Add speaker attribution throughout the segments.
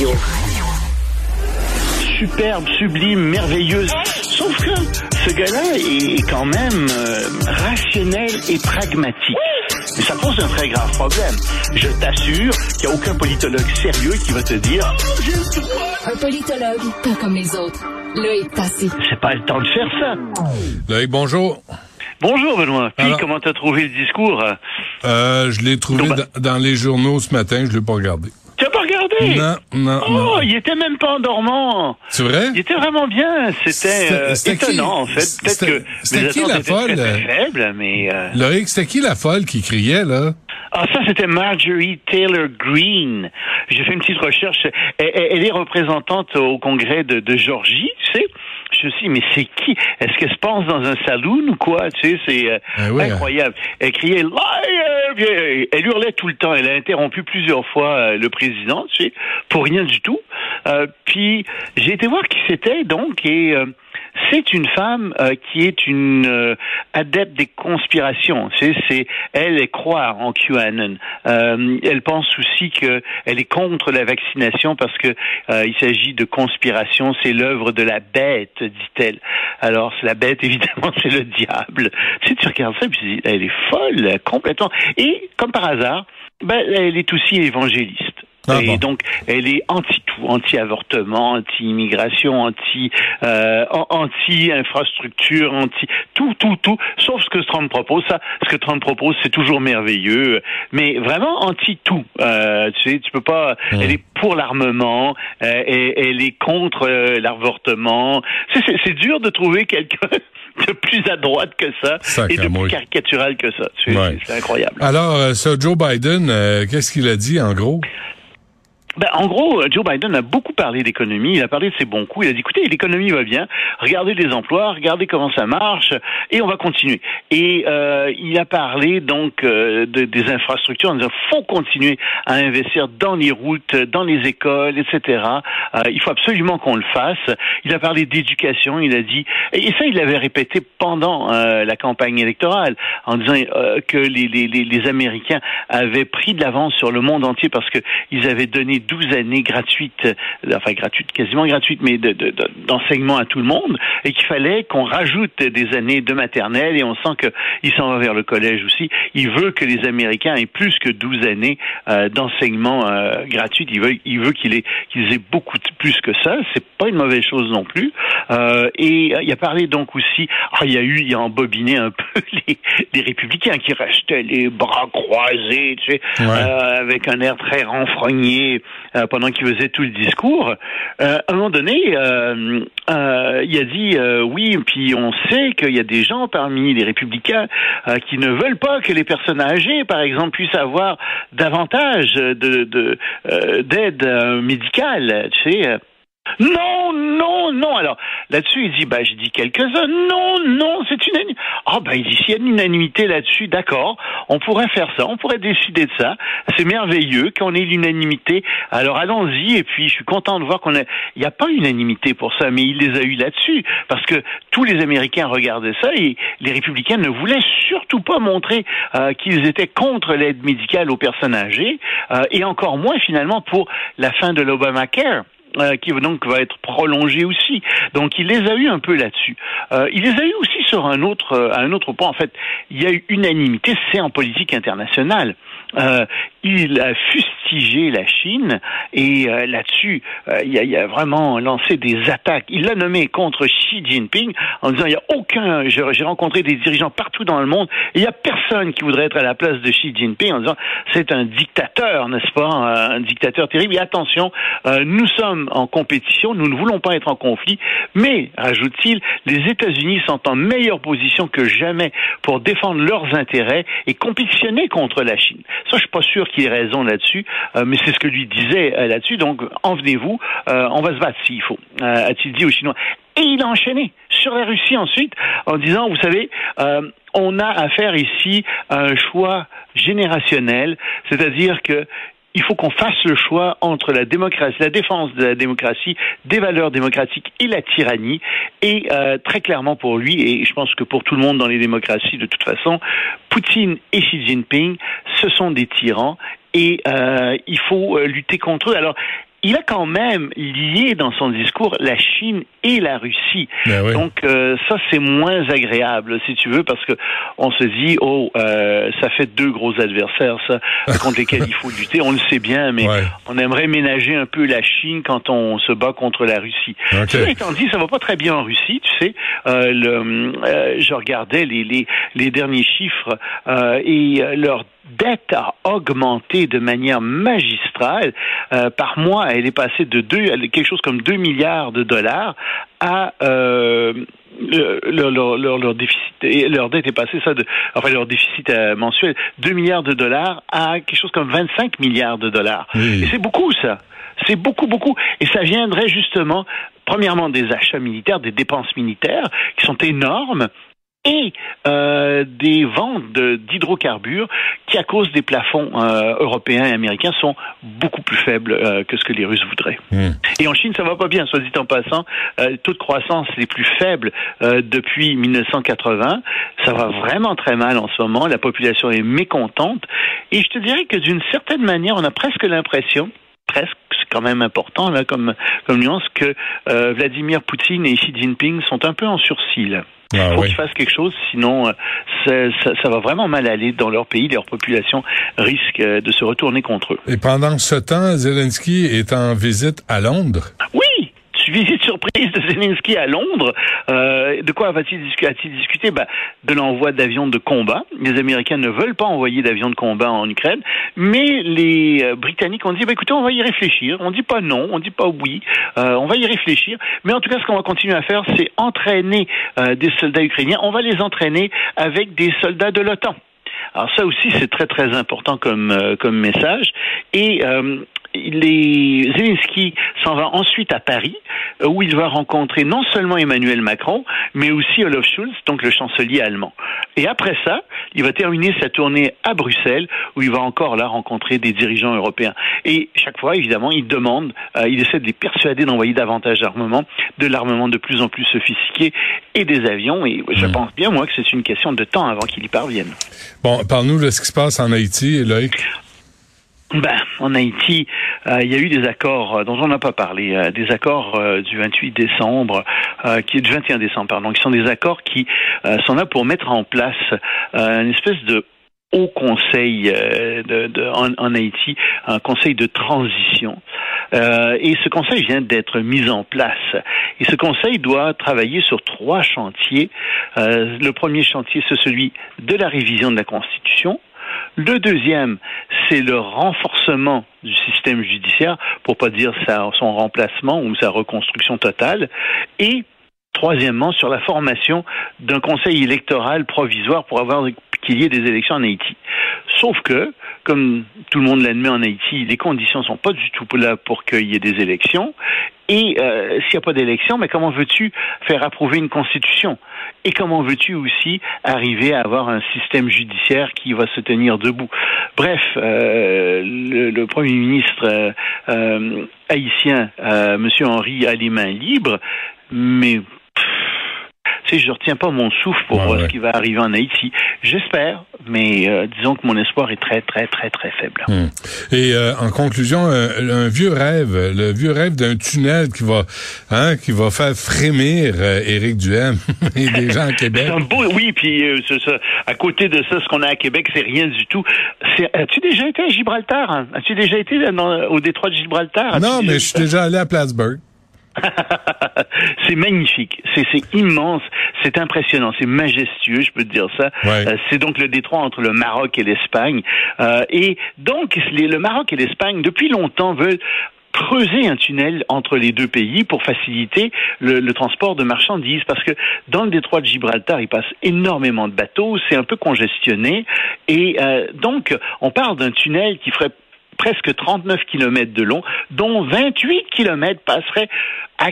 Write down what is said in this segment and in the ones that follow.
Speaker 1: Radio.
Speaker 2: Superbe, sublime, merveilleuse. Sauf que ce gars-là est quand même rationnel et pragmatique. Mais ça pose un très grave problème. Je t'assure qu'il n'y a aucun politologue sérieux qui va te dire « j'ai le droit ».
Speaker 1: Un politologue, pas comme les autres. Loïc Tassé.
Speaker 2: C'est pas le temps de faire ça.
Speaker 3: Loïc, bonjour.
Speaker 2: Bonjour Benoît. Puis
Speaker 3: alors,
Speaker 2: comment t'as trouvé le discours?
Speaker 3: Je l'ai trouvé dans les journaux ce matin, je l'ai pas regardé.
Speaker 2: Tu n'as pas regardé?
Speaker 3: Non.
Speaker 2: Il était même pas endormant.
Speaker 3: C'est vrai?
Speaker 2: Il était vraiment bien. C'était étonnant, en fait. Peut-être que
Speaker 3: c'était qui la folle?
Speaker 2: Très faible, mais...
Speaker 3: Loïc, c'était qui la folle qui criait, là?
Speaker 2: Ah, ça, c'était Marjorie Taylor Greene. J'ai fait une petite recherche. Elle est représentante au congrès de Georgie, tu sais. Je me suis dit, mais c'est qui? Est-ce qu'elle se pense dans un saloon ou quoi? Tu sais, c'est incroyable. Elle criait « Liar !» Elle hurlait tout le temps. Elle a interrompu plusieurs fois le président, tu sais, pour rien du tout. Puis, j'ai été voir qui c'était, donc, et... c'est une femme qui est une adepte des conspirations. Elle croit en QAnon. Elle pense aussi que elle est contre la vaccination parce que il s'agit de conspiration. C'est l'œuvre de la bête, dit-elle. Alors, c'est la bête, évidemment, c'est le diable. Tu sais, tu regardes ça, puis tu dis, elle est folle, complètement. Et, comme par hasard, elle est aussi évangéliste. Et donc, elle est anti-tout, anti-avortement, anti-immigration, anti-infrastructure, tout, sauf ce que Trump propose. Ça, ce que Trump propose, c'est toujours merveilleux, mais vraiment anti-tout. Tu sais, tu peux pas... Elle est pour l'armement, elle est contre l'avortement. C'est dur de trouver quelqu'un de plus à droite que ça et de plus caricatural que ça. C'est incroyable.
Speaker 3: Alors, ce Joe Biden, qu'est-ce qu'il a dit, en gros?
Speaker 2: En gros, Joe Biden a beaucoup parlé d'économie, il a parlé de ses bons coups, il a dit, écoutez, l'économie va bien, regardez les emplois, regardez comment ça marche, et on va continuer. Et il a parlé donc des infrastructures en disant, faut continuer à investir dans les routes, dans les écoles, etc. Il faut absolument qu'on le fasse. Il a parlé d'éducation, il a dit, et ça il l'avait répété pendant la campagne électorale, en disant que les Américains avaient pris de l'avance sur le monde entier parce que ils avaient donné 12 années gratuites, quasiment gratuites, mais d'enseignement à tout le monde, et qu'il fallait qu'on rajoute des années de maternelle, et on sent qu'il s'en va vers le collège aussi. Il veut que les Américains aient plus que 12 années d'enseignement gratuit. Il veut qu'ils aient beaucoup plus que ça. C'est pas une mauvaise chose non plus. Et il a parlé donc aussi, il a embobiné un peu les républicains qui restaient les bras croisés, tu sais, avec un air très renfrogné, pendant qu'il faisait tout le discours. À un moment donné, il a dit oui, puis on sait qu'il y a des gens parmi les républicains qui ne veulent pas que les personnes âgées, par exemple, puissent avoir davantage d'aide médicale, tu sais. Non. Alors, là-dessus, il dit, je dis quelques-uns. Non, c'est unanime. Il dit, s'il y a une unanimité là-dessus, d'accord, on pourrait faire ça, on pourrait décider de ça. C'est merveilleux qu'on ait l'unanimité. Alors, allons-y, et puis, je suis content de voir il n'y a pas unanimité pour ça, mais il les a eu là-dessus, parce que tous les Américains regardaient ça, et les républicains ne voulaient surtout pas montrer qu'ils étaient contre l'aide médicale aux personnes âgées, et encore moins, finalement, pour la fin de l'Obamacare. Qui donc va être prolongé aussi. Donc il les a eu un peu là-dessus. Il les a eu aussi sur un autre point. En fait, il y a eu unanimité, c'est en politique internationale. Il a fustigé la Chine et là-dessus, il a vraiment lancé des attaques. Il l'a nommé contre Xi Jinping en disant j'ai rencontré des dirigeants partout dans le monde et il n'y a personne qui voudrait être à la place de Xi Jinping en disant c'est un dictateur, n'est-ce pas, un dictateur terrible. Et attention, nous sommes en compétition, nous ne voulons pas être en conflit, mais, ajoute-t-il, les États-Unis sont en meilleure position que jamais pour défendre leurs intérêts et compétitionner contre la Chine. Ça, je suis pas sûr qu'il ait raison là-dessus, mais c'est ce que lui disait là-dessus, donc en venez-vous, on va se battre s'il faut, a-t-il dit aux Chinois. Et il a enchaîné sur la Russie ensuite en disant, vous savez, on a à faire ici un choix générationnel, c'est-à-dire que il faut qu'on fasse le choix entre la démocratie, la défense de la démocratie, des valeurs démocratiques et la tyrannie. Et très clairement pour lui, et je pense que pour tout le monde dans les démocraties de toute façon, Poutine et Xi Jinping, ce sont des tyrans et il faut lutter contre eux. Alors, il a quand même lié dans son discours la Chine et la Russie.
Speaker 3: Ben oui.
Speaker 2: Donc ça c'est moins agréable si tu veux parce que on se dit ça fait deux gros adversaires ça contre lesquels il faut lutter. On le sait bien, mais on aimerait ménager un peu la Chine quand on se bat contre la Russie.
Speaker 3: Okay.
Speaker 2: Cela étant dit, ça va pas très bien en Russie, tu sais. Je regardais les derniers chiffres et leur dette a augmenté de manière magistrale. Par mois, elle est passée de quelque chose comme 2 milliards de dollars à leur déficit. Leur dette est passée leur déficit mensuel, 2 milliards de dollars à quelque chose comme 25 milliards de dollars. Oui. Et c'est beaucoup, ça. C'est beaucoup, beaucoup. Et ça viendrait justement, premièrement, des achats militaires, des dépenses militaires, qui sont énormes, et des ventes d'hydrocarbures qui, à cause des plafonds européens et américains, sont beaucoup plus faibles que ce que les Russes voudraient. Et en Chine, ça va pas bien, soit dit en passant. Le taux de croissance les plus faibles depuis 1980. Ça va vraiment très mal en ce moment. La population est mécontente. Et je te dirais que d'une certaine manière, on a presque l'impression, c'est quand même important là comme nuance, que Vladimir Poutine et Xi Jinping sont un peu en sursis. Il faut qu'ils fassent quelque chose, sinon ça va vraiment mal aller dans leur pays. Leur population risque de se retourner contre eux.
Speaker 3: Et pendant ce temps, Zelensky est en visite à Londres.
Speaker 2: Oui, visite surprise de Zelensky à Londres. De quoi a-t-il discuté? De l'envoi d'avions de combat. Les Américains ne veulent pas envoyer d'avions de combat en Ukraine, mais les Britanniques ont dit, écoutez, on va y réfléchir. On dit pas non, on dit pas oui. On va y réfléchir. Mais en tout cas, ce qu'on va continuer à faire, c'est entraîner des soldats ukrainiens. On va les entraîner avec des soldats de l'OTAN. Alors ça aussi, c'est très très important comme message. Et Zelensky s'en va ensuite à Paris, où il va rencontrer non seulement Emmanuel Macron, mais aussi Olaf Scholz, donc le chancelier allemand. Et après ça, il va terminer sa tournée à Bruxelles, où il va encore là rencontrer des dirigeants européens. Et chaque fois, évidemment, il essaie de les persuader d'envoyer davantage d'armement, de l'armement de plus en plus sophistiqué et des avions. Et je pense bien, moi, que c'est une question de temps avant qu'il y parvienne.
Speaker 3: Bon, parle-nous de ce qui se passe en Haïti, Loïc.
Speaker 2: En Haïti, il y a eu des accords dont on n'a pas parlé, des accords du 28 décembre, du 21 décembre, pardon, qui sont des accords qui sont là pour mettre en place une espèce de haut conseil en Haïti, un conseil de transition. Et ce conseil vient d'être mis en place. Et ce conseil doit travailler sur 3 chantiers. Le premier chantier, c'est celui de la révision de la Constitution. Le deuxième, c'est le renforcement du système judiciaire, pour pas dire son remplacement ou sa reconstruction totale. Et troisièmement, sur la formation d'un conseil électoral provisoire pour qu'il y ait des élections en Haïti. Sauf que, comme tout le monde l'admet en Haïti, les conditions sont pas du tout là pour qu'il y ait des élections. Et s'il n'y a pas d'élection, mais comment veux-tu faire approuver une constitution? Et comment veux-tu aussi arriver à avoir un système judiciaire qui va se tenir debout? Bref, le Premier ministre haïtien, M. Henry, a les mains libres, mais je ne retiens pas mon souffle pour voir ce qui va arriver en Haïti. J'espère, mais disons que mon espoir est très, très, très, très faible.
Speaker 3: Et en conclusion, le vieux rêve d'un tunnel qui va faire frémir Éric Duhaime et des gens à Québec.
Speaker 2: Puis à côté de ça, ce qu'on a à Québec, c'est rien du tout. As-tu déjà été à Gibraltar? Hein? As-tu déjà été au détroit de Gibraltar?
Speaker 3: Non, mais je suis déjà allé à Plattsburgh.
Speaker 2: C'est magnifique, c'est immense, c'est impressionnant, c'est majestueux, je peux te dire ça. C'est donc le détroit entre le Maroc et l'Espagne. Et donc, le Maroc et l'Espagne, depuis longtemps, veulent creuser un tunnel entre les deux pays pour faciliter le transport de marchandises, parce que dans le détroit de Gibraltar, il passe énormément de bateaux, c'est un peu congestionné, et donc, on parle d'un tunnel qui ferait presque 39 km de long, dont 28 km passeraient à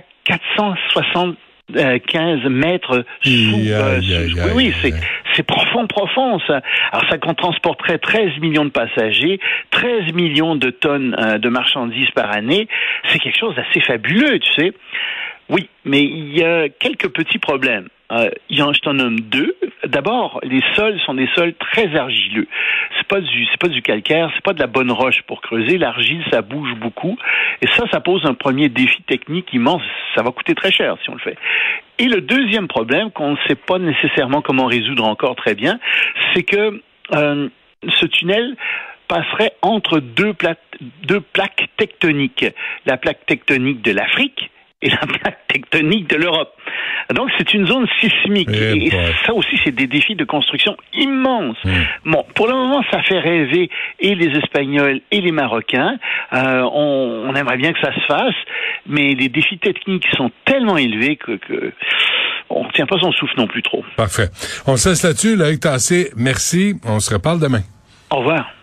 Speaker 2: 475 mètres sous. Oui, c'est profond, ça. Alors, ça transporterait 13 millions de passagers, 13 millions de tonnes de marchandises par année. C'est quelque chose d'assez fabuleux, tu sais. Oui, mais il y a quelques petits problèmes. je t'en nomme deux. D'abord, les sols sont des sols très argileux. C'est pas du calcaire, c'est pas de la bonne roche pour creuser. L'argile, ça bouge beaucoup. Et ça pose un premier défi technique immense. Ça va coûter très cher si on le fait. Et le deuxième problème, qu'on ne sait pas nécessairement comment résoudre encore très bien, c'est que ce tunnel passerait entre deux plaques tectoniques. La plaque tectonique de l'Afrique et la plaque tectonique de l'Europe. Donc, c'est une zone sismique. Et ça aussi, c'est des défis de construction immenses. Bon, pour le moment, ça fait rêver et les Espagnols et les Marocains. On aimerait bien que ça se fasse, mais les défis techniques sont tellement élevés que on ne tient pas son souffle non plus trop.
Speaker 3: Parfait. On se laisse là-dessus. Loïc Tassé, merci. On se reparle demain.
Speaker 2: Au revoir.